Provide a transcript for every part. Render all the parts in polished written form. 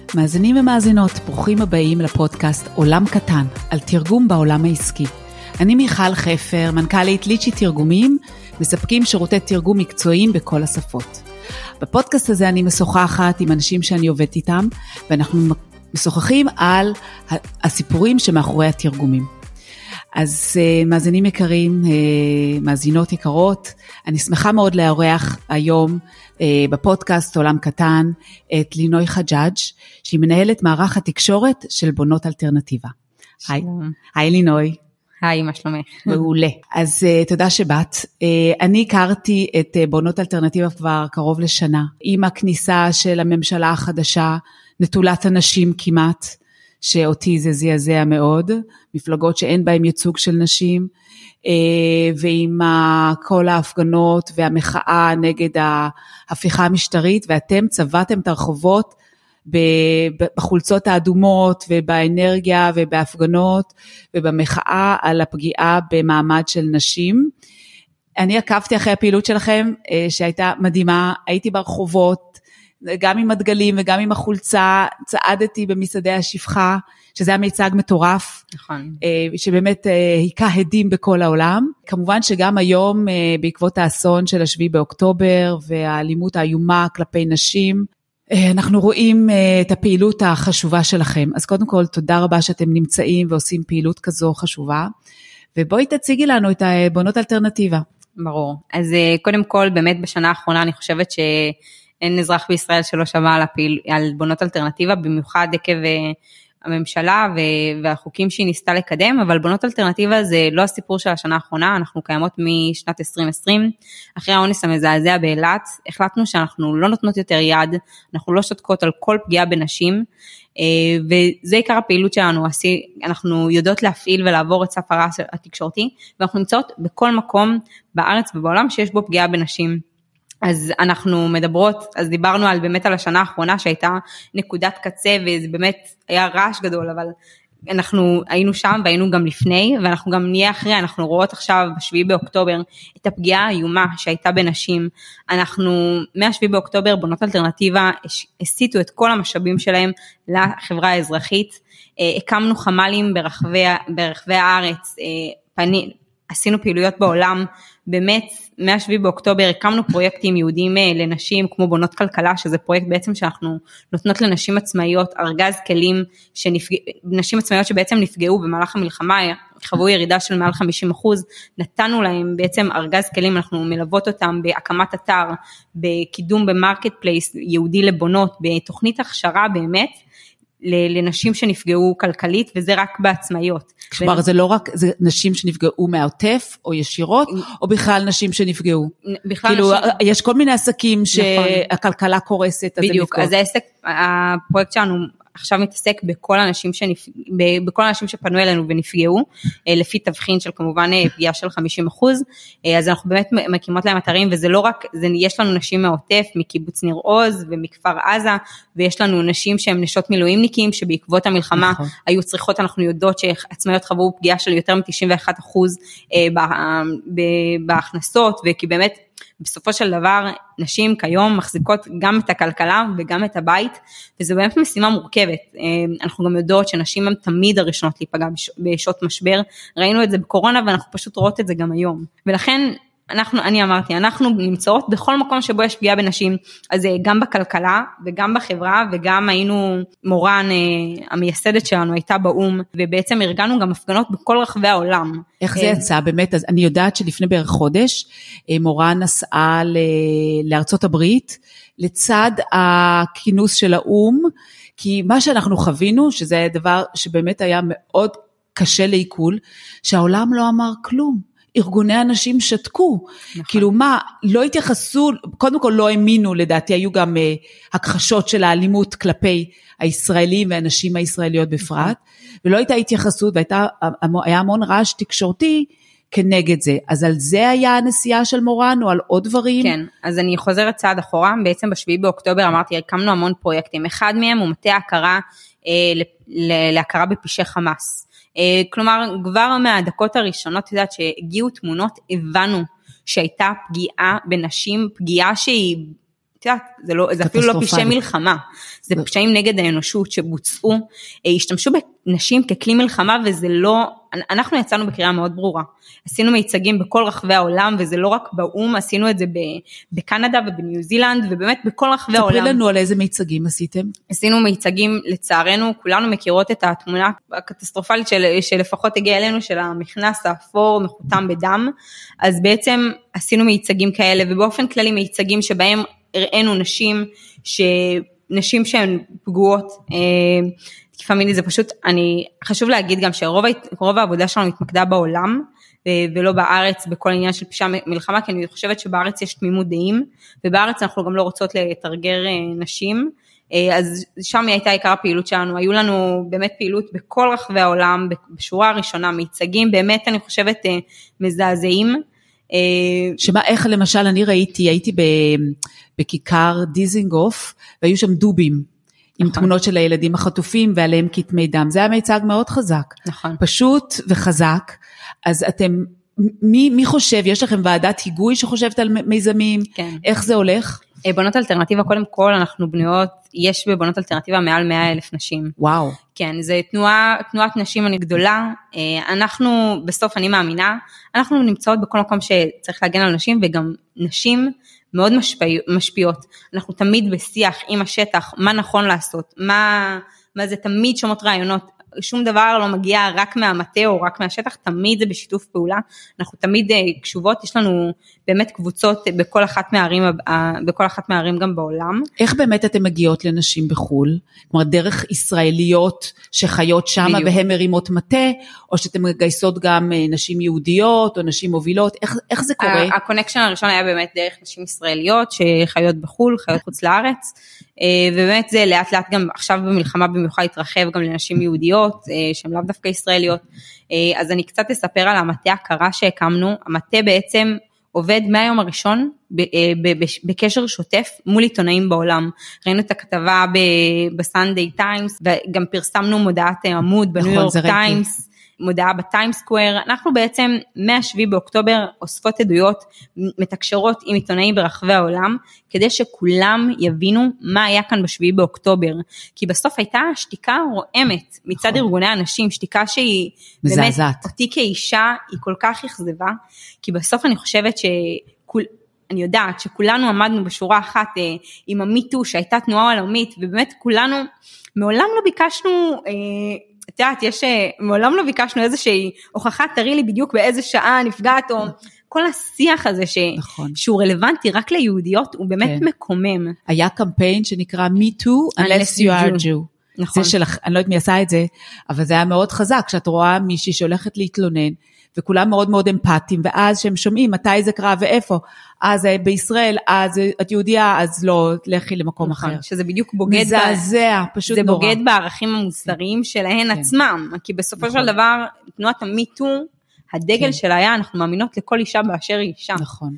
מאזינים ומאזינות, ברוכים הבאים לפודקאסט עולם קטן, על תרגום בעולם העסקי. אני מיכל חפר, מנכ"לית ליצ'י תרגומים, מספקים שירותי תרגום מקצועיים בכל השפות. בפודקאסט הזה אני משוחחת עם אנשים שאני עובדת איתם, ואנחנו משוחחים על הסיפורים שמאחורי התרגומים. אז מאזינים יקרים, מאזינות יקרות, אני שמחה מאוד לארח היום בפודקאסט עולם קטן את לינוי חג'אג' שהיא מנהלת מערך התקשורת של בונות אלטרנטיבה. היי לינוי. היי, מה שלומך? מעולה. אז תודה שבאת. אני הכרתי את בונות אלטרנטיבה כבר קרוב לשנה, עם הכניסה של הממשלה החדשה, נטולת הנשים כמעט, שאותי זה זעזע מאוד, מפלגות שאין בהן ייצוג של נשים, ועם כל ההפגנות והמחאה נגד ההפיכה המשטרית, ואתם צבעתם את הרחובות בחולצות האדומות ובאנרגיה ובהפגנות ובמחאה על הפגיעה במעמד של נשים. אני עקבתי אחרי הפעילות שלכם שהייתה מדהימה, הייתי ברחובות, גם עם הדגלים וגם עם החולצה, צעדתי במשרדי השפחה, שזה היה מיצג מטורף, נכון. שבאמת היכה הדים בכל העולם. כמובן שגם היום בעקבות האסון של 7 באוקטובר והאלימות האיומה כלפי נשים, אנחנו רואים את הפעילות החשובה שלכם. אז קודם כל תודה רבה שאתם נמצאים ועושים פעילות כזו חשובה, ובואי תציגי לנו את בונות אלטרנטיבה. ברור. אז קודם כל באמת בשנה האחרונה אני חושבת שאין אזרח בישראל שלא שמע על בונות אלטרנטיבה, במיוחד עקב הממשלה והחוקים שהיא ניסתה לקדם, אבל בונות אלטרנטיבה זה לא הסיפור של השנה האחרונה, אנחנו קיימות משנת 2020, אחרי האונס המזעזע באילת, החלטנו שאנחנו לא נותנות יותר יד, אנחנו לא שותקות על כל פגיעה בנשים, וזה עיקר הפעילות שלנו, אנחנו יודעות להפעיל ולעבור את סף הרעש התקשורתי, ואנחנו נמצאות בכל מקום בארץ ובעולם שיש בו פגיעה בנשים. אז אנחנו מדברות, אז דיברנו באמת על השנה האחרונה שהייתה נקודת קצה, וזה באמת היה רעש גדול, אבל אנחנו היינו שם והיינו גם לפני, ואנחנו גם נהיה אחרי, אנחנו רואות עכשיו ב7 באוקטובר את הפגיעה האיומה שהייתה בנשים, אנחנו מה7 באוקטובר בונות אלטרנטיבה, הסיטו את כל המשאבים שלהם לחברה האזרחית, הקמנו חמ"לים ברחבי הארץ, עשינו פעילויות בעולם, באמת, מה7 באוקטובר הקמנו פרויקטים יהודיים לנשים, כמו בונות כלכלה, שזה פרויקט בעצם שאנחנו נותנות לנשים עצמאיות, ארגז כלים, נשים עצמאיות שבעצם נפגעו במהלך המלחמה, חוו ירידה של מעל 50%, נתנו להם בעצם ארגז כלים, אנחנו מלוות אותם בהקמת אתר, בקידום במרקט פלייס, יהודי לבונות, בתוכנית הכשרה באמת, לנשים שנפגעו כלכלית, וזה רק בעצמאיות. כלומר, זה לא רק זה נשים שנפגעו מהעוטף, או ישירות, או בכלל נשים שנפגעו. כאילו, יש כל מיני עסקים שהכלכלה קורסת. בדיוק, אז הפרויקט שלנו עכשיו מתעסק בכל האנשים שפנו אלינו ונפגעו, לפי תבחין של כמובן פגיעה של 50%, אז אנחנו באמת מקימות להם אתרים, וזה לא רק, יש לנו נשים מהעוטף, מקיבוץ ניר עוז ומכפר עזה, ויש לנו נשים שהן נשות מילואימניקים, שבעקבות המלחמה היו צריכות, אנחנו יודעות שעצמאיות חוו פגיעה של יותר מ-91% בהכנסות, וכי באמת, בסופו של דבר, נשים כיום מחזיקות גם את הכלכלה וגם את הבית, וזו באמת משימה מורכבת. אנחנו גם יודעות שנשים הן תמיד הראשונות להיפגע בשעות משבר, ראינו את זה בקורונה ואנחנו פשוט רואות את זה גם היום. ולכן, אני אמרתי, אנחנו נמצאות בכל מקום שבו יש פגיעה בנשים, אז גם בכלכלה וגם בחברה, וגם היינו, מורן המייסדת שלנו הייתה באום, ובעצם ארגנו גם הפגנות בכל רחבי העולם. איך זה יצא? באמת, אז אני יודעת שלפני בערך חודש, מורן נסעה לארצות הברית, לצד הכינוס של האום, כי מה שאנחנו חווינו, שזה דבר שבאמת היה מאוד קשה לעיכול, שהעולם לא אמר כלום. ארגוני אנשים שתקו, כאילו מה, לא התייחסו, קודם כל לא האמינו לדעתי, היו גם הכחשות של האלימות כלפי הישראלים והנשים הישראליות בפרט, ולא הייתה התייחסות, והיה המון רעש תקשורתי כנגד זה, אז על זה היה הנסיעה של מורן, או על עוד דברים? כן, אז אני חוזרת צעד אחורה, בעצם ב7 באוקטובר אמרתי, הקמנו המון פרויקטים, אחד מהם הוא מטה ההכרה, להכרה בפשעי חמאס, כלומר, כבר מהדקות הראשונות, יודעת שהגיעו תמונות, הבנו שהייתה פגיעה בנשים, פגיעה שהיא זה אפילו לא פשעי מלחמה, זה פשעים נגד האנושות שבוצעו, השתמשו בנשים ככלי מלחמה, וזה לא, אנחנו יצאנו בקריאה מאוד ברורה, עשינו מיצגים בכל רחבי העולם, וזה לא רק באום, עשינו את זה בקנדה ובניו זילנד, ובאמת בכל רחבי העולם. ספרי לנו על איזה מיצגים עשיתם? עשינו מיצגים, לצערנו, כולנו מכירות את התמונה הקטסטרופלית שלפחות הגיעה אלינו, של המכנס האפור מחותם בדם, אז בעצם עשינו מיצגים כאלה, ובאופן כללי מיצגים שבהם הראינו נשים שהן פגועות, תקיפה מינית, זה פשוט, חשוב להגיד גם שרוב העבודה שלנו מתמקדה בעולם, ולא בארץ, בכל עניין של פשע מלחמה, כי אני חושבת שבארץ יש תמימות דעים, ובארץ אנחנו גם לא רוצות לתרגר נשים, אז שם הייתה עיקר הפעילות שלנו, היו לנו באמת פעילות בכל רחבי העולם, בשורה הראשונה, מיצגים, באמת אני חושבת מזעזעים, שמה, איך למשל אני הייתי בכיכר דיזינגוף, והיו שם דובים, עם תמונות של הילדים החטופים, ועליהם כתמי דם, זה היה מיצג מאוד חזק, פשוט וחזק, אז אתם, מי חושב, יש לכם ועדת היגוי שחושבת על מיזמים, איך זה הולך? בונות אלטרנטיבה, קודם כל אנחנו בנויות, יש בבונות אלטרנטיבה מעל 100,000 נשים. וואו. כן, זה תנועת נשים גדולה, אנחנו, בסוף אני מאמינה, אנחנו נמצאות בכל מקום שצריך להגן על נשים, וגם נשים מאוד משפיעות, אנחנו תמיד בשיח עם השטח, מה נכון לעשות, מה זה תמיד שומעות רעיונות, שום דבר לא מגיע רק מהמטה או רק מהשטח, תמיד זה בשיתוף פעולה, אנחנו תמיד קשובות, יש לנו באמת קבוצות בכל אחת מהערים גם בעולם. איך באמת אתם מגיעות לנשים בחול? כלומר, דרך ישראליות שחיות שם והן מרימות מטה, או שאתם מגייסות גם נשים יהודיות או נשים מובילות, איך זה קורה? הקונקשן הראשון היה באמת דרך נשים ישראליות שחיות בחול, חיות חוץ לארץ, ובאמת זה לאט לאט גם עכשיו במלחמה במיוחד התרחב גם לנשים יהודיות, שהן לאו דווקא ישראליות, אז אני קצת אספר על המטה הקרה שהקמנו, המטה בעצם עובד מהיום הראשון בקשר שוטף מול עיתונאים בעולם, ראינו את הכתבה בסנדיי טיימס, וגם פרסמנו מודעת עמוד בניו יורק טיימס, מודעה בטיים סקוואר, אנחנו בעצם מה-7 באוקטובר אוספות עדויות, מתקשרות עם עיתונאים ברחבי העולם, כדי שכולם יבינו מה היה כאן ב-7 באוקטובר, כי בסוף הייתה שתיקה רועמת, מצד ארגוני האנשים, שתיקה שהיא באמת, אותי כאישה, היא כל כך אכזבה, כי בסוף אני חושבת אני יודעת שכולנו עמדנו בשורה אחת עם המיטו, שהייתה תנועה עולמית, ובאמת כולנו, מעולם לא ביקשנו את יודעת, מעולם לא ביקשנו איזושהי הוכחה, תראי לי בדיוק באיזה שעה נפגעת, או כל השיח הזה שהוא רלוונטי רק ליהודיות, הוא באמת מקומם. היה קמפיין שנקרא Me Too, Unless You Are Jew. נכון. זה שלך, אני לא יודעת מי עשה את זה, אבל זה היה מאוד חזק, כשאת רואה מישהי שהולכת להתלונן, וכולם מאוד מאוד אמפתיים, ואז שהם שומעים מתי זה קרה ואיפה, אז בישראל, אז את יהודיה, אז לא, לכי למקום אחר. שזה בדיוק בוגד, מזעזע, פשוט נורא. זה בוגד בערכים המוסריים שלהן עצמם, כי בסופו של דבר, תנועת המיטו, הדגל שלה היה, אנחנו מאמינות לכל אישה באשר היא אישה. נכון.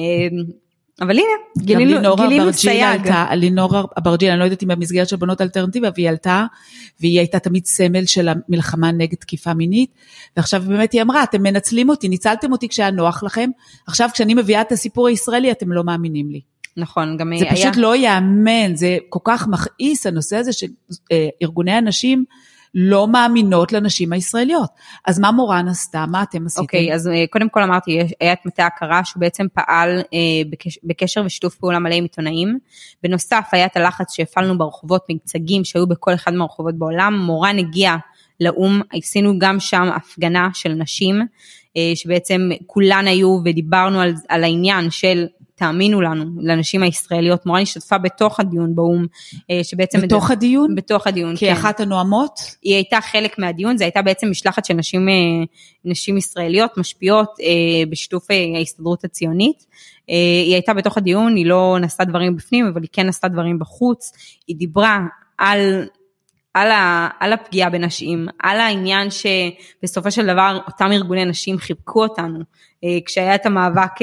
אבל הנה, גילינו סייג. לינור אברג'יל, אני לא יודעת אם במסגרת של בנות אלטרנטיבה, והיא עלתה, והיא הייתה תמיד סמל של המלחמה נגד תקיפה מינית, ועכשיו באמת היא אמרה, אתם מנצלים אותי, ניצלתם אותי כשהיה נוח לכם, עכשיו כשאני מביאה את הסיפור הישראלי, אתם לא מאמינים לי. נכון, גם זה פשוט לא יאמן, זה כל כך מכעיס, הנושא הזה שארגוני הנשים לא מאמינות לנשים הישראליות. אז מה מורן עשתה? מה אתם עשיתם? אוקיי, אז קודם כל אמרתי, היה את מטה הכרה, שהוא בעצם פעל בקשר ושיתוף פעולה מלא עם עיתונאים. בנוסף, היה את הלחץ שהפעלנו ברחובות מיצגים, שהיו בכל אחד מהרחובות בעולם. מורן הגיע לאום, עשינו גם שם הפגנה של נשים, שבעצם כולן היו ודיברנו על העניין של תאמינו לנו, לנשים הישראליות, מורן השתתפה בתוך הדיון באום, שבעצם... בתוך הדיון? בתוך הדיון, כן. כאחת הנואמות? היא הייתה חלק מהדיון, זה הייתה בעצם משלחת של נשים ישראליות, משפיעות בשיתוף ההסתדרות הציונית, היא הייתה בתוך הדיון, היא לא נעשתה דברים בפנים, אבל היא כן נעשתה דברים בחוץ, היא דיברה על הפגיעה בנשים, על העניין שבסופו של דבר, אותם ארגוני נשים חיבקו אותנו, כשהיה את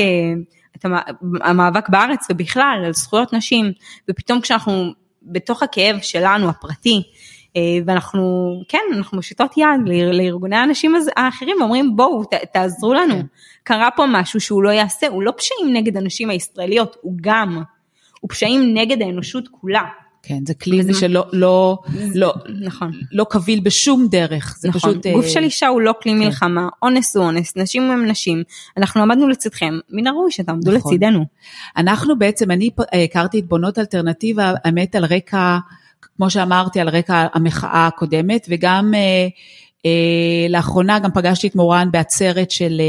המאבק בארץ ובכלל על זכויות נשים, ופתאום כשאנחנו בתוך הכאב שלנו הפרטי, ואנחנו, כן, אנחנו מושיטות יד לארגוני האנשים האחרים, ואומרים בואו תעזרו לנו, קרה פה משהו שהוא לא יעשה, הוא לא פשעים נגד הנשים הישראליות, הוא ופשעים נגד האנושות כולה. כן, זה כלי שלא נכון. לא קביל בשום דרך. זה נכון, פשוט, גוף של אישה הוא לא כלי מלחמה, אונס הוא אונס, נשים הם נשים, אנחנו עמדנו לצדכם, מן הראוי שתעמדו נכון. לצידנו. אנחנו בעצם, אני הכרתי את בונות אלטרנטיבה, האמת על רקע, כמו שאמרתי, על רקע המחאה הקודמת, וגם לאחרונה גם פגשתי את מורן בעצרת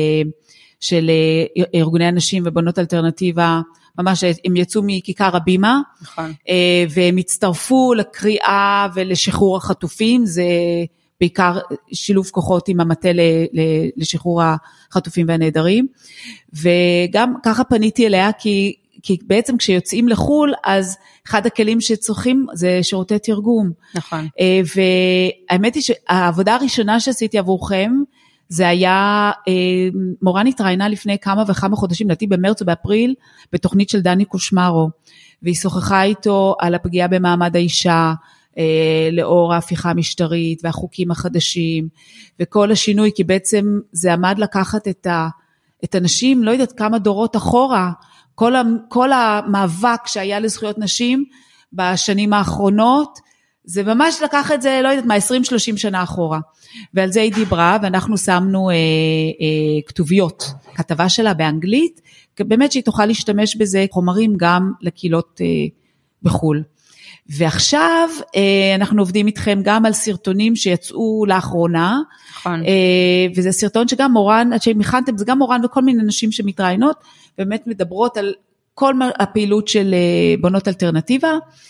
של ארגוני הנשים ובונות אלטרנטיבה, ממש הם יצאו מכיכר הבימה, נכון. והם הצטרפו לקריאה ולשחרור החטופים, זה בעיקר שילוב כוחות עם המטה לשחרור החטופים והנעדרים, וגם ככה פניתי אליה, כי בעצם כשיוצאים לחול, אז אחד הכלים שצריכים זה שירותי תרגום. נכון. והאמת היא שהעבודה הראשונה שעשיתי עבורכם, זה היה, מורן התראיינה לפני כמה וכמה חודשים, לדעתי במרץ או באפריל, בתוכנית של דני קושמרו, והיא שוחחה איתו על הפגיעה במעמד האישה, לאור ההפיכה המשטרית, והחוקים החדשים, וכל השינוי, כי בעצם זה עמד לקחת את הנשים, לא יודעת כמה דורות אחורה, כל המאבק שהיה לזכויות נשים, בשנים האחרונות, זה ממש לקח את זה, לא יודעת מה, 20-30 שנה אחורה. ועל זה היא דיברה, ואנחנו שמנו כתוביות, כתבה שלה באנגלית, באמת שהיא תוכל להשתמש בזה, חומרים גם לקהילות בחול. ועכשיו אנחנו עובדים איתכם גם על סרטונים שיצאו לאחרונה, נכון. וזה סרטון שגם מורן, עד שהכנתם, זה גם מורן וכל מיני נשים שמתראיינות, באמת מדברות על כל הפעילות של בונות אלטרנטיבה,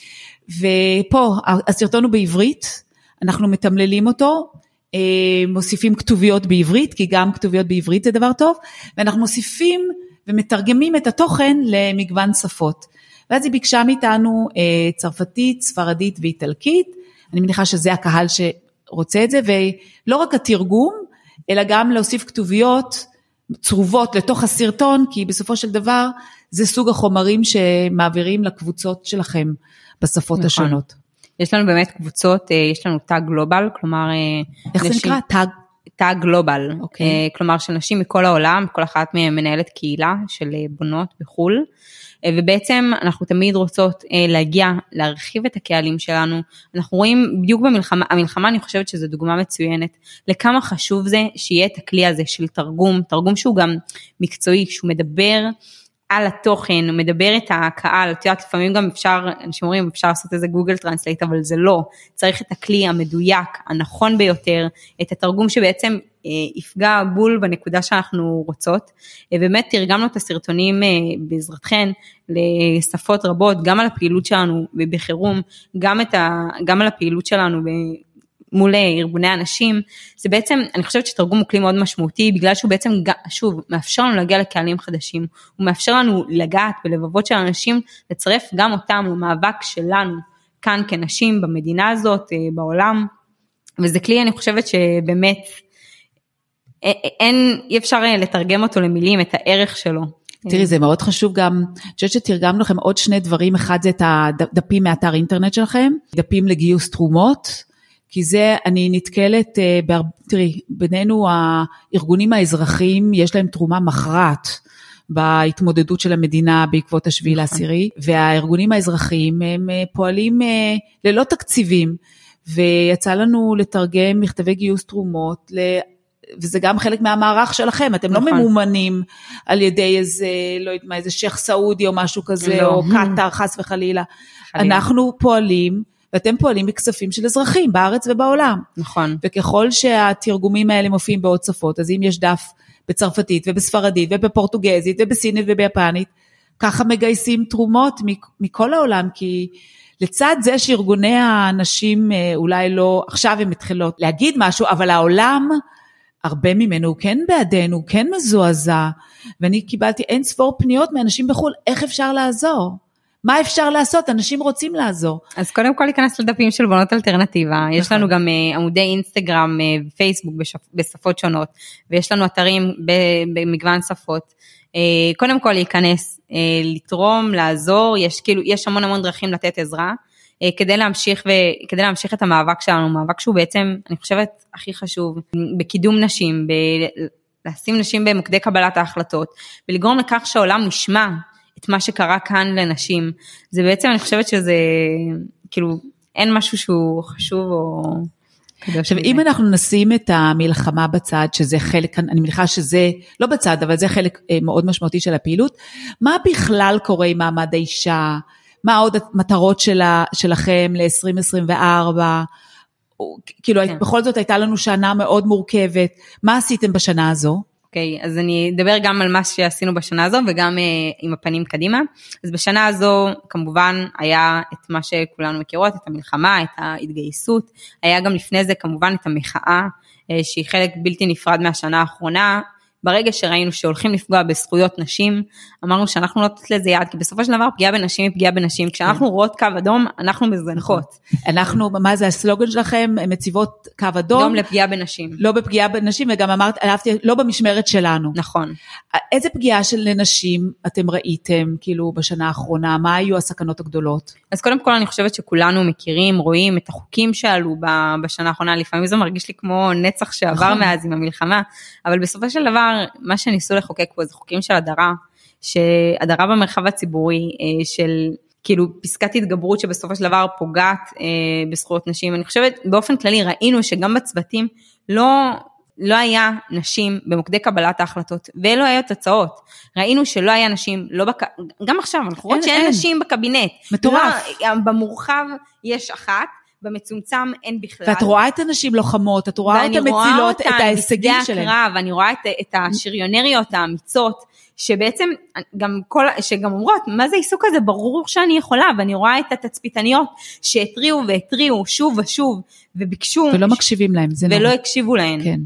ופה הסרטון הוא בעברית, אנחנו מתמללים אותו, מוסיפים כתוביות בעברית, כי גם כתוביות בעברית זה דבר טוב, ואנחנו מוסיפים ומתרגמים את התוכן למגוון שפות. ואז היא ביקשה מאיתנו צרפתית, ספרדית ואיטלקית, אני מניחה שזה הקהל שרוצה את זה, ולא רק התרגום, אלא גם להוסיף כתוביות צרובות לתוך הסרטון, כי בסופו של דבר זה סוג החומרים שמעבירים לקבוצות שלכם בשפות נכון. השונות. יש לנו באמת קבוצות, יש לנו תג גלובל, כלומר... איך זה נקרא? תג גלובל, כלומר של נשים מכל העולם, כל אחת מהן מנהלת קהילה של בונות בחול, ובעצם אנחנו תמיד רוצות להגיע, להרחיב את הקהלים שלנו, אנחנו רואים בדיוק במלחמה, המלחמה אני חושבת שזו דוגמה מצוינת, לכמה חשוב זה שיהיה את הכלי הזה של תרגום שהוא גם מקצועי, שהוא מדבר על התוכן, הוא מדבר את הקהל, את יודעת, לפעמים גם אפשר, אנשים אומרים, אפשר לעשות איזה גוגל טרנסלייט, אבל זה לא, צריך את הכלי המדויק, הנכון ביותר, את התרגום שבעצם יפגע בול בנקודה שאנחנו רוצות, ובאמת תרגמנו את הסרטונים בעזרתכן לשפות רבות, גם על הפעילות שלנו בחירום, גם על הפעילות שלנו מול ארגוני אנשים, זה בעצם, אני חושבת שתרגום הוא כלי מאוד משמעותי, בגלל שהוא בעצם, שוב, מאפשר לנו להגיע לקהלים חדשים, הוא מאפשר לנו לגעת בלבבות של אנשים, לצרף גם אותם למאבק שלנו, כאן כנשים במדינה הזאת, בעולם, וזה כלי, אני חושבת שבאמת, אי אפשר לתרגם אותו למילים, את הערך שלו. תראי, זה מאוד חשוב גם, אני חושבת שתרגמנו לכם עוד שני דברים, אחד זה את הדפים מאתר אינטרנט שלכם, דפים לגיוס תרומות, כי זה, אני נתקלת, תראי, בינינו הארגונים האזרחיים, יש להם תרומה מכרעת, בהתמודדות של המדינה בעקבות השביעי לעשירי, והארגונים האזרחיים הם פועלים ללא תקציבים, ויצא לנו לתרגם מכתבי גיוס תרומות, וזה גם חלק מהמערך שלכם, אתם לא ממומנים על ידי איזה, לא יודעת מה, איזה שייח סעודי או משהו כזה, או קטר, חס וחלילה. אנחנו פועלים, ואתם פועלים בכספים של אזרחים, בארץ ובעולם. נכון. וככל שהתרגומים האלה מופיעים בעוד שפות, אז אם יש דף בצרפתית ובספרדית ובפורטוגזית ובסינית וביפנית, ככה מגייסים תרומות מכל העולם, כי לצד זה שארגוני האנשים אולי לא, עכשיו הם מתחילות להגיד משהו, אבל העולם, הרבה ממנו הוא כן בעדנו, הוא כן מזועזע, ואני קיבלתי אין ספור פניות מאנשים בחו"ל, איך אפשר לעזור? מה אפשר לעשות? אנשים רוצים לעזור. אז קודם כל להיכנס לדפים של בונות אלטרנטיבה, יש לנו גם עמודי אינסטגרם ופייסבוק בשפות שונות, ויש לנו אתרים במגוון שפות, קודם כל להיכנס, לתרום, לעזור, יש המון דרכים לתת עזרה, כדי להמשיך את המאבק שלנו, מאבק שהוא בעצם, אני חושבת, הכי חשוב, בקידום נשים, לשים נשים במוקדי קבלת ההחלטות, ולגרום לכך שהעולם נשמע, את מה שקרה כאן לנשים. זה בעצם, אני חושבת שזה, כאילו, אין משהו שהוא חשוב או... עכשיו, אם אנחנו נשים את המלחמה בצד, שזה חלק, אני מניחה שזה, לא בצד, אבל זה חלק מאוד משמעותי של הפעילות, מה בכלל קורה עם מעמד האישה? מה עוד המטרות שלכם ל-2024? כאילו, בכל זאת הייתה לנו שנה מאוד מורכבת. מה עשיתם בשנה הזו? אוקיי, אז אני אדבר גם על מה שעשינו בשנה הזו, וגם עם הפנים קדימה. אז בשנה הזו, כמובן, היה את מה שכולנו מכירות, את המלחמה, את ההתגייסות, היה גם לפני זה, כמובן, את המחאה, שהיא חלק בלתי נפרד מהשנה האחרונה. ברגע שראינו שהולכים לפגוע בזכויות נשים, אמרנו שאנחנו לא נותנים לזה יד, כי בסופו של דבר פגיעה בנשים היא פגיעה בנשים, כשאנחנו רואות קו אדום, אנחנו מזנחות. אנחנו, מה זה הסלוגן שלכם? מציבות קו אדום. אדום לפגיעה בנשים. לא בפגיעה בנשים, וגם אמרת, לא במשמרת שלנו. נכון. איזה פגיעה של נשים אתם ראיתם, כאילו, בשנה האחרונה? מה היו הסכנות הגדולות? אז קודם כל אני חושבת שכולנו מכירים, רואים את החוקים שעלו בשנה האחרונה, לפעמים זה מרגיש לי כמו נצח שעבר מאז עם המלחמה, אבל בסופו של דבר, מה שניסו לחוקק פה זה חוקים של הדרה במרחב הציבורי, של כאילו פסקת התגברות שבסופו של דבר פוגעת בזכויות נשים. אני חושבת באופן כללי ראינו שגם בצוותים לא היה נשים במוקדי קבלת ההחלטות, ואלו היו תוצאות. ראינו שלא היה נשים, גם עכשיו, אנחנו רואים שאין נשים בקבינט. מטורף. במורחב יש אחת, במצומצם אין בכלל. ואת רואה את הנשים לוחמות, את רואה את המצילות, את ההישגים שלהם. ואני רואה את השריונריות האמיצות, שבעצם שגם אומרות, מה זה עיסוק הזה? ברור שאני יכולה, ואני רואה את התצפיתניות שהטריעו והטריעו שוב ושוב, וביקשו. ולא מקשיבים להם, זה ולא הקשיבו להן. כן.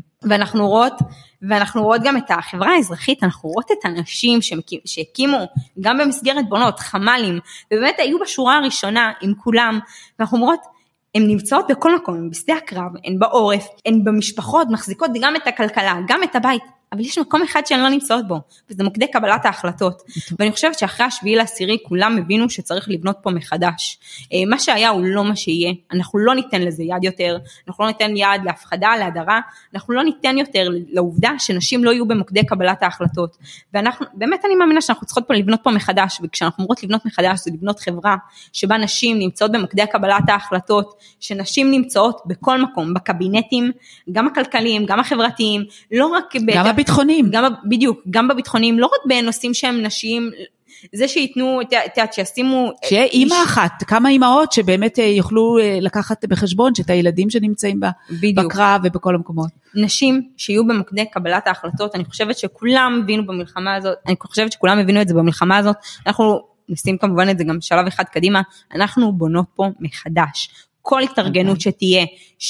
ואנחנו רואות גם את החברה האזרחית, אנחנו רואות את האנשים שהקימו, גם במסגרת בונות, חמלים, ובאמת היו בשורה הראשונה עם כולם, ואנחנו אומרות, הן נמצאות בכל מקום, הן בשדה הקרב, הן בעורף, הן במשפחות, מחזיקות גם את הכלכלה, גם את הבית, אבל יש מקום אחד שהן לא נמצאות בו, וזה מוקדי קבלת ההחלטות, ואני חושבת שאחרי 7/10 כולם הבינו שצריך לבנות פה מחדש, מה שהיה הוא לא מה שיהיה, אנחנו לא ניתן לזה יד יותר, אנחנו לא ניתן יד להפחדה, להדרה, אנחנו לא ניתן יותר לעובדה שנשים לא יהיו במוקדי קבלת ההחלטות, ואנחנו, באמת אני מאמינה שאנחנו צריכות פה לבנות פה מחדש, וכשאנחנו אומרות לבנות מחדש זה לבנות חברה, שבה נשים נמצאות במוקדי קבלת ההחלטות, שנשים נמצאות בכל מקום, בקבינטים, גם הכלכליים, גם החברתיים, לא רק גם הביטחוניים. בדיוק, גם בביטחוניים, לא רק בנושאים שהם נשיים, זה שיתנו, שישימו... שיהיה אימא אחת, כמה אימהות שבאמת יוכלו לקחת בחשבון שאת הילדים שנמצאים בקרב ובכל המקומות. נשים שיהיו במוקדי קבלת ההחלטות, אני חושבת שכולם הבינו במלחמה הזאת, אני חושבת שכולם הבינו את זה במלחמה הזאת, אנחנו נשים כמובן את זה גם שלב אחד קדימה, אנחנו בונות פה מחדש. כל התארגנות שתהיה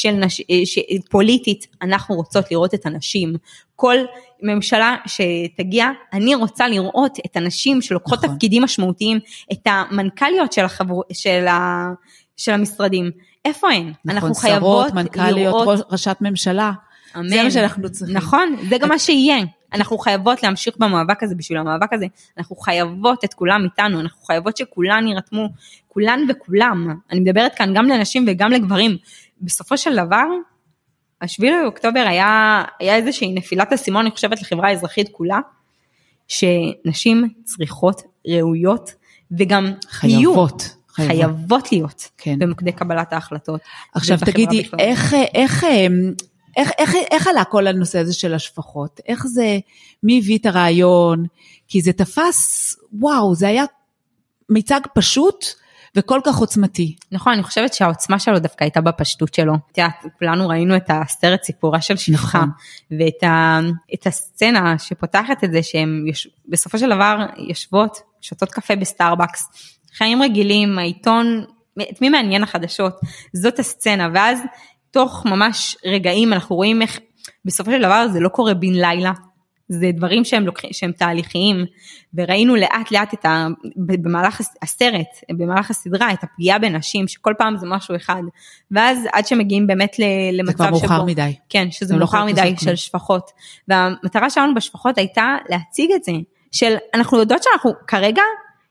פוליטית, אנחנו רוצות לראות את הנשים, כל ממשלה שתגיע, אני רוצה לראות את הנשים שלוקחות תפקידים משמעותיים, את המנכ"ליות של המשרדים, איפה הן? אנחנו חייבות מנכ"ליות, ראשת ממשלה, זה מה שאנחנו צריכים. נכון, זה גם מה שיהיה. אנחנו חייבות להמשיך במאבק הזה, בשביל המאבק הזה, אנחנו חייבות את כולם איתנו, אנחנו חייבות שכולן ירתמו, כולן וכולם, אני מדברת כאן גם לנשים וגם לגברים, בסופו של דבר, 7 באוקטובר היה איזושהי נפילת הסימון, אני חושבת לחברה האזרחית כולה, שנשים צריכות, ראויות, וגם חייבות להיות, במוקדי קבלת ההחלטות. עכשיו תגידי, איך עלה כל הנושא הזה של השפחות? איך זה, מי הביא את הרעיון? כי זה תפס, וואו, זה היה מיצג פשוט וכל כך עוצמתי. נכון, אני חושבת שהעוצמה שלו דווקא הייתה בפשטות שלו. כולנו ראינו את הסרט סיפורה של שפחה, ואת הסצנה שפותחת את זה, שהן בסופו של דבר יושבות, שותות קפה בסטארבקס, חיים רגילים, העיתון, את מי מעניין החדשות, זאת הסצנה, ואז תוך ממש רגעים אנחנו רואים איך בסופו של דבר זה לא קורה בן לילה, זה דברים שהם תהליכיים, וראינו לאט לאט במהלך הסרט, במהלך הסדרה, את הפגיעה בנשים, שכל פעם זה משהו אחד, ואז עד שמגיעים באמת למצב שבו... זה כבר מאוחר מדי. כן, שזה מאוחר מדי של שפחות, והמטרה שלנו בשפחות הייתה להציג את זה, של אנחנו יודעות שאנחנו כרגע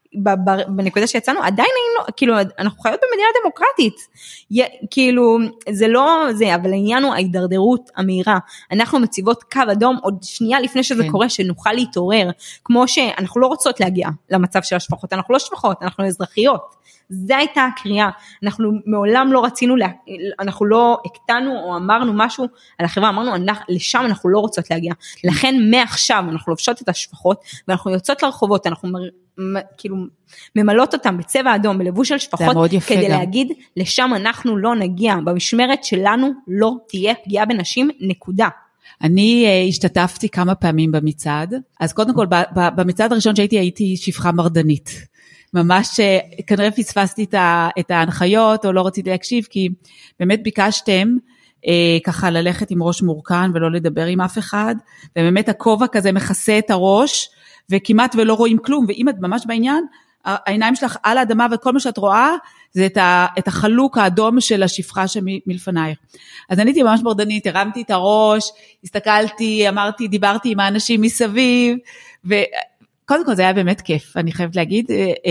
בנקודה שיצאנו, עדיין כאילו, אנחנו חיות במדינה דמוקרטית, כאילו, זה לא זה, אבל העניין הוא ההידרדרות המהירה, אנחנו מציבות קו אדום, עוד שנייה לפני שזה קורה, שנוכל להתעורר, כמו שאנחנו לא רוצות להגיע למצב של השפחות, אנחנו לא שפחות, אנחנו אזרחיות, זה הייתה הקריאה, אנחנו מעולם לא רצינו, אנחנו לא הקטנו או אמרנו משהו על החברה, אמרנו לשם אנחנו לא רוצות להגיע, לכן מעכשיו אנחנו לובשות את השפחות, ואנחנו יוצאות לרחובות, אנחנו כאילו ממלאות אותם בצבע אדום, בלבוש של שפחות, כדי להגיד לשם אנחנו לא נגיע, במשמרת שלנו לא תהיה פגיעה בנשים, נקודה. אני השתתפתי כמה פעמים במצעד, אז קודם כל במצעד הראשון שהייתי, הייתי שפחה מרדנית, ממש כנראה פספסתי את ההנחיות, או לא רציתי להקשיב, כי באמת ביקשתם ככה ללכת עם ראש מורכן, ולא לדבר עם אף אחד, ובאמת הכובע כזה מכסה את הראש, וכמעט ולא רואים כלום, ואם את ממש בעניין, העיניים שלך על האדמה, וכל מה שאת רואה, זה את החלוק האדום של השפחה שמלפנייך. אז אני הייתי ממש מרדנית, הרמתי את הראש, הסתכלתי, אמרתי, דיברתי עם האנשים מסביב, קודם כל זה היה באמת כיף, אני חייבת להגיד,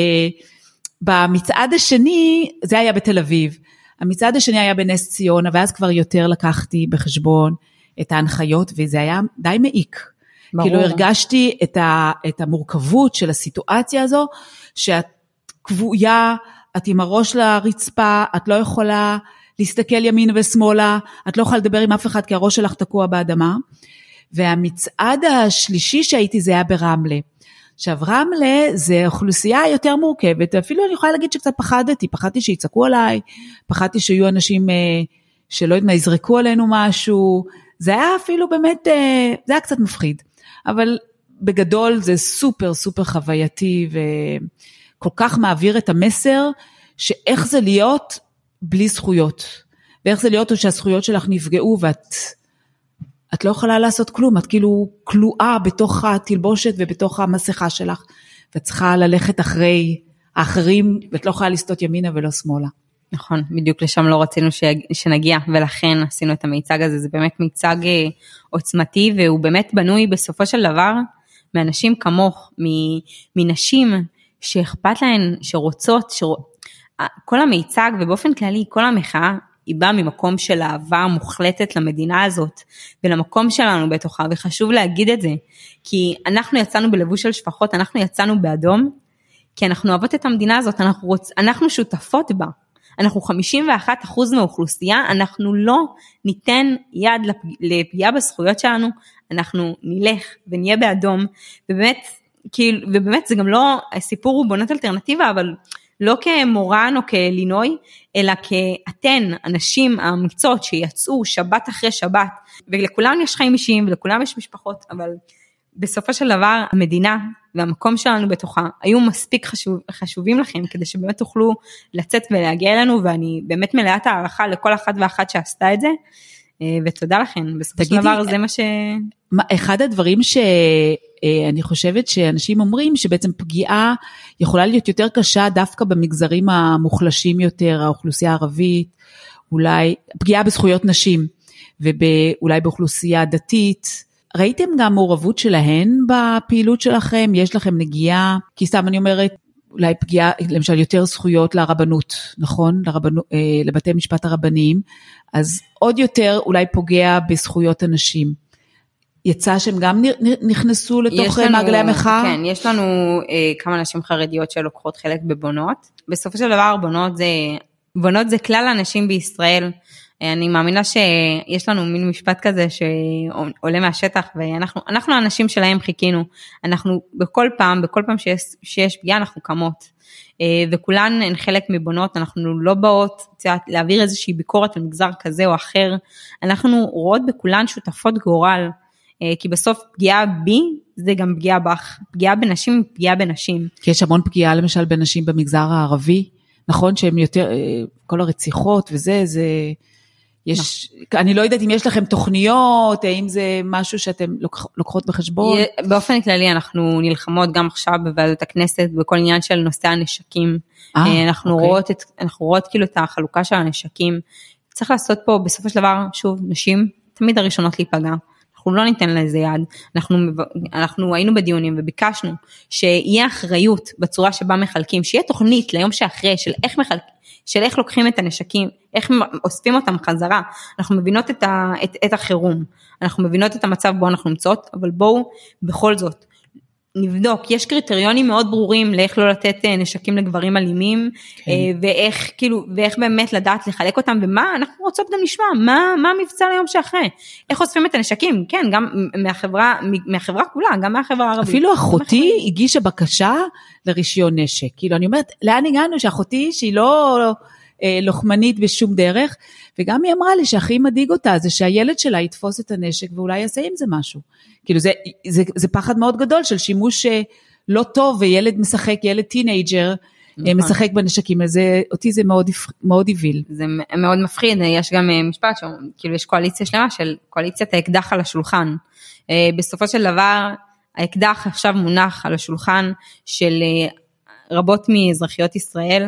במצעד השני, זה היה בתל אביב, המצעד השני היה בנס ציונה, ואז כבר יותר לקחתי בחשבון את ההנחיות, וזה היה די מעיק, ברור. כאילו הרגשתי את המורכבות של הסיטואציה הזו, שאת קבויה, את עם הראש לרצפה, את לא יכולה להסתכל ימין ושמאלה, את לא יכולה לדבר עם אף אחד, כי הראש שלך תקוע באדמה, והמצעד השלישי שהייתי זה היה ברמלה, עכשיו רמלה זה אוכלוסייה יותר מורכבת, אפילו אני יכולה להגיד שקצת פחדתי שיצעקו עליי, פחדתי שיהיו אנשים שלא יודעים מה, יזרקו עלינו משהו, זה היה אפילו באמת, זה היה קצת מפחיד, אבל בגדול זה סופר סופר חווייתי, וכל כך מעביר את המסר, שאיך זה להיות בלי זכויות, ואיך זה להיות שהזכויות שלך נפגעו, את לא יכולה לעשות כלום, את כאילו כלואה בתוך התלבושת ובתוך המסכה שלך, ואת צריכה ללכת אחרי האחרים, ואת לא יכולה לסטות ימינה ולא שמאלה. נכון, בדיוק לשם לא רצינו שנגיע, ולכן עשינו את המיצג הזה, זה באמת מיצג עוצמתי, והוא באמת בנוי בסופו של דבר, מאנשים כמוך, מנשים שאכפת להן, שרוצות, כל המיצג ובאופן כללי, כל המחאה, היא באה ממקום של אהבה מוחלטת למדינה הזאת, ולמקום שלנו בתוכה, וחשוב להגיד את זה, כי אנחנו יצאנו בלבוש של שפחות, אנחנו יצאנו באדום, כי אנחנו אוהבות את המדינה הזאת, אנחנו שותפות בה, אנחנו 51% מהאוכלוסייה, אנחנו לא ניתן יד לפגיעה בזכויות שלנו, אנחנו נלך ונהיה באדום, ובאמת זה גם לא, הסיפור הוא בונות אלטרנטיבה, אבל לא כמורן או כלינוי, אלא כאתן, אנשים האמיצות שיצאו שבת אחרי שבת, ולכולם יש חיים אישיים, ולכולם יש משפחות, אבל בסופו של דבר, המדינה והמקום שלנו בתוכה, היו מספיק חשובים לכם, כדי שבאמת תוכלו לצאת ולהגיע אלינו, ואני באמת מלאת הערכה לכל אחת ואחת שעשתה את זה, ותודה לכם, בסופו של דבר זה מה ש... אחד הדברים שאני חושבת שאנשים אומרים, שבעצם פגיעה יכולה להיות יותר קשה, דווקא במגזרים המוחלשים יותר, האוכלוסייה הערבית, אולי פגיעה בזכויות נשים, ואולי באוכלוסייה דתית, ראיתם גם מעורבות שלהן בפעילות שלכם? יש לכם נגיעה? כי סתם אני אומרת, אולי פגיעה, למשל יותר זכויות לרבנות, נכון? לבתי משפט הרבניים, אז עוד יותר אולי פוגע בזכויות הנשים. יצא שהם גם נכנסו לתוך מעגלי המחאה? כן, יש לנו כמה נשים חרדיות שלוקחות חלק בבונות. בסופו של דבר, בונות זה כלל האנשים בישראל. אני מאמינה שיש לנו מין משפט כזה שעולה מהשטח, ואנחנו האנשים שלהם חיכינו. אנחנו בכל פעם שיש פגיעה, אנחנו קמות. וכולן הן חלק מבונות, אנחנו לא באות להעביר איזושהי ביקורת למגזר כזה או אחר. אנחנו רואות בכולן שותפות גורל, כי בסוף פגיעה בי, זה גם פגיעה בך, פגיעה בנשים, פגיעה בנשים. כי יש המון פגיעה למשל בנשים במגזר הערבי, נכון שהם יותר, כל הרציחות וזה, יש, אני לא יודעת אם יש לכם תוכניות, האם זה משהו שאתם לוקחות בחשבון? באופן כללי אנחנו נלחמות גם עכשיו בוועדת הכנסת, בכל עניין של נושא הנשקים, אנחנו רואות כאילו את החלוקה של הנשקים, צריך לעשות פה בסופו של דבר, שוב, נשים תמיד הראשונות להיפגע, אנחנו לא ניתן לזה יד, אנחנו היינו בדיונים וביקשנו שיהיה אחריות בצורה שבה מחלקים, שיהיה תוכנית ליום שאחרי של איך לוקחים את הנשקים, איך אוספים אותם חזרה, אנחנו מבינות את החירום, אנחנו מבינות את המצב בו אנחנו נמצאות, אבל בואו בכל זאת, נבדוק, יש קריטריונים מאוד ברורים לאיך לא לתת נשקים לגברים אלימים, ואיך באמת לדעת לחלק אותם, ומה אנחנו רוצות גם לשמוע, מה המבצע ליום שאחרי, איך אוספים את הנשקים, כן, גם מהחברה כולה, גם מהחברה הערבית. אפילו אחותי הגישה בקשה לרישיון נשק, כאילו אני אומרת, לאן הגענו שאחותי שהיא לא לוחמנית בשום דרך, וגם היא אמרה לי שהכי מדאיג אותה, זה שהילד שלה יתפוס את הנשק, ואולי יעשה עם זה משהו. כאילו זה פחד מאוד גדול של שימוש לא טוב, וילד משחק, ילד טינאג'ר, משחק בנשקים, אז אותי זה מאוד הביל. זה מאוד מפחיד, יש גם משפט, כאילו יש קואליציה שלמה של קואליציית האקדח על השולחן. בסופו של דבר, האקדח עכשיו מונח על השולחן של רבות מאזרחיות ישראל,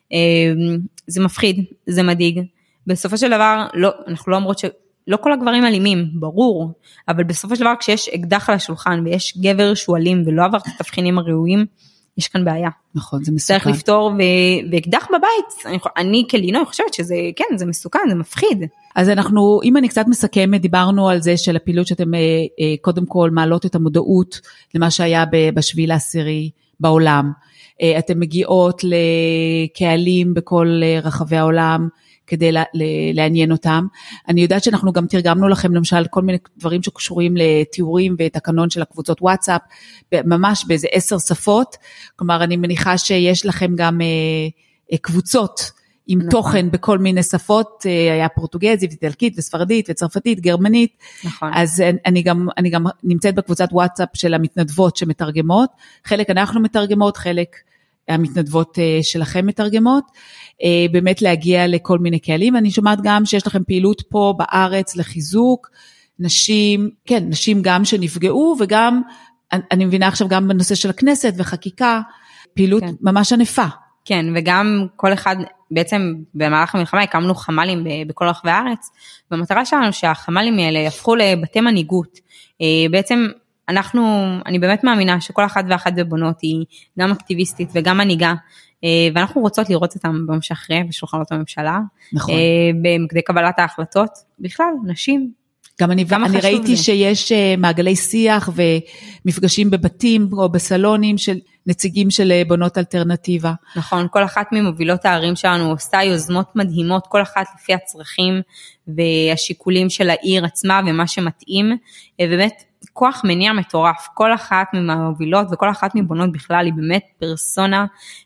זה מפחיד, זה מדאיג. בסופו של דבר, אנחנו לא אומרות שלא כל הגברים אלימים, ברור, אבל בסופו של דבר כשיש אקדח על השולחן ויש גבר שהוא אלים ולא עבר את התבחינים הראויים, יש כאן בעיה. נכון, זה מסוכן. צריך לפתור ואקדח בבית, אני כלינוי חושבת שזה, כן, זה מסוכן, זה מפחיד. אז אנחנו, אם אני קצת מסכמת, דיברנו על זה של הפעילות שאתם קודם כל מעלות את המודעות למה שהיה בשביעי לעשירי בעולם. אתם מגיעות לקהלים בכל רחבי העולם, כדי לעניין אותם. אני יודעת שאנחנו גם תרגמנו לכם, למשל, כל מיני דברים שקשורים לתיאורים ותקנון של הקבוצות וואטסאפ, ממש באיזה 10 שפות, כלומר, אני מניחה שיש לכם גם קבוצות עם תוכן בכל מיני שפות, היה פורטוגזית, איטלקית וספרדית וצרפתית, גרמנית, נכון. אז אני גם נמצאת בקבוצת וואטסאפ של המתנדבות שמתרגמות, חלק אנחנו מתרגמות, חלק המתנדבות שלכם מתרגמות, באמת להגיע לכל מיני קהלים, אני שומעת גם שיש לכם פעילות פה בארץ לחיזוק, נשים, כן, נשים גם שנפגעו, וגם, אני מבינה עכשיו גם בנושא של הכנסת וחקיקה, פעילות כן. ממש ענפה. כן, וגם כל אחד, בעצם במהלך המלחמה הקמנו חמ"לים בכל רחבי הארץ, והמטרה שלנו שהחמ"לים האלה יהפכו לבתי מנהיגות, בעצם אני באמת מאמינה שכל אחת ואחת בבונות היא גם אקטיביסטית וגם מנהיגה, ואנחנו רוצות לראות אותם במשך אחרי בשולחנות הממשלה, נכון. במקדי קבלת ההחלטות, בכלל, נשים. גם אני ראיתי שיש מעגלי שיח ומפגשים בבתים או בסלונים של נציגים של בונות אלטרנטיבה. נכון, כל אחת ממובילות הערים שלנו עושה יוזמות מדהימות, כל אחת לפי הצרכים והשיקולים של העיר עצמה ומה שמתאים, ובאמת כוח מניע מטורף, כל אחת מהמובילות וכל אחת מבונות בכלל היא באמת פרסונה,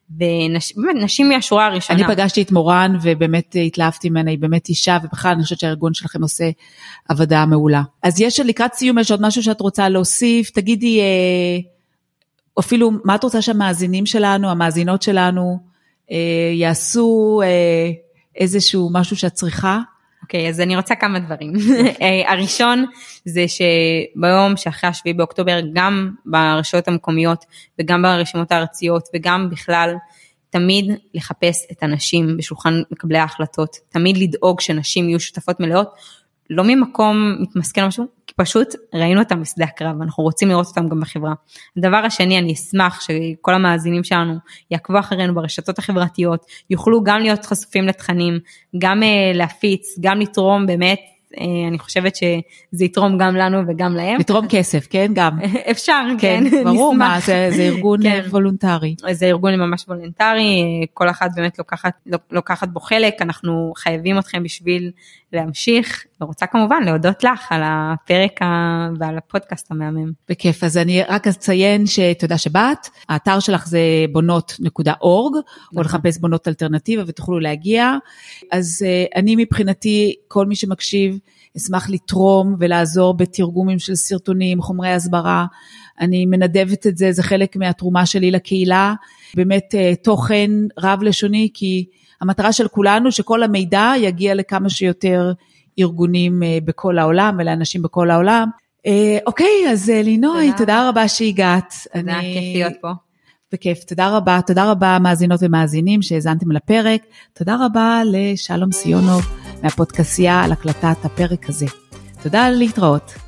ונשים מהשורה הראשונה. אני פגשתי את מורן ובאמת התלהבתי ממנה, היא באמת אישה, ובכלל אני חושבת שהארגון שלכם עושה עבודה מעולה. אז יש לקראת סיום, יש עוד משהו שאת רוצה להוסיף, תגידי, אפילו מה את רוצה שהמאזינים שלנו, המאזינות שלנו, יעשו איזשהו משהו שאת צריכה? אוקיי, אז אני רוצה כמה דברים. הראשון זה שביום שאחרי 7 באוקטובר, גם ברשויות המקומיות וגם ברשימות הארציות וגם בכלל, תמיד לחפש את הנשים בשולחן מקבלי ההחלטות, תמיד לדאוג שנשים יהיו שותפות מלאות, לא ממקום מתמסכן משהו, כי פשוט ראינו אותם בשדה הקרב, אנחנו רוצים לראות אותם גם בחברה. הדבר השני, אני אשמח שכל המאזינים שלנו יעקבו אחרינו ברשתות החברתיות, יוכלו גם להיות חשופים לתכנים, גם להפיץ, גם לתרום באמת, אני חושבת שזה יתרום גם לנו וגם להם. לתרום כסף, כן, גם. אפשר, כן. ברור מה, זה ארגון וולונטרי. זה ארגון ממש וולונטרי, כל אחת באמת לוקחת בו חלק, אנחנו חייבים אתכם בשביל להמשיך, ורוצה כמובן להודות לך על הפרק ועל הפודקאסט המהמם. בכיף, אז אני רק אציין שתודה שבאת, האתר שלך זה boנות.org, או לחפש בונות אלטרנטיבה ותוכלו להגיע, אז אני מבחינתי, כל מי שמקשיב, אשמח לתרום ולעזור בתרגומים של סרטונים, חומרי הסברה, אני מנדבת את זה, זה חלק מהתרומה שלי לקהילה, באמת תוכן רב לשוני, כי המטרה של כולנו שכל המידע יגיע לכמה שיותר ארגונים בכל העולם, ולאנשים בכל העולם. אוקיי, אז לינוי, תודה רבה שהגעת. תודה, כיף להיות פה. בכיף, תודה רבה מאזינות ומאזינים שהזנתם לפרק, תודה רבה לשלום סיונוב מהפודקאסיה על הקלטת הפרק הזה. תודה, להתראות.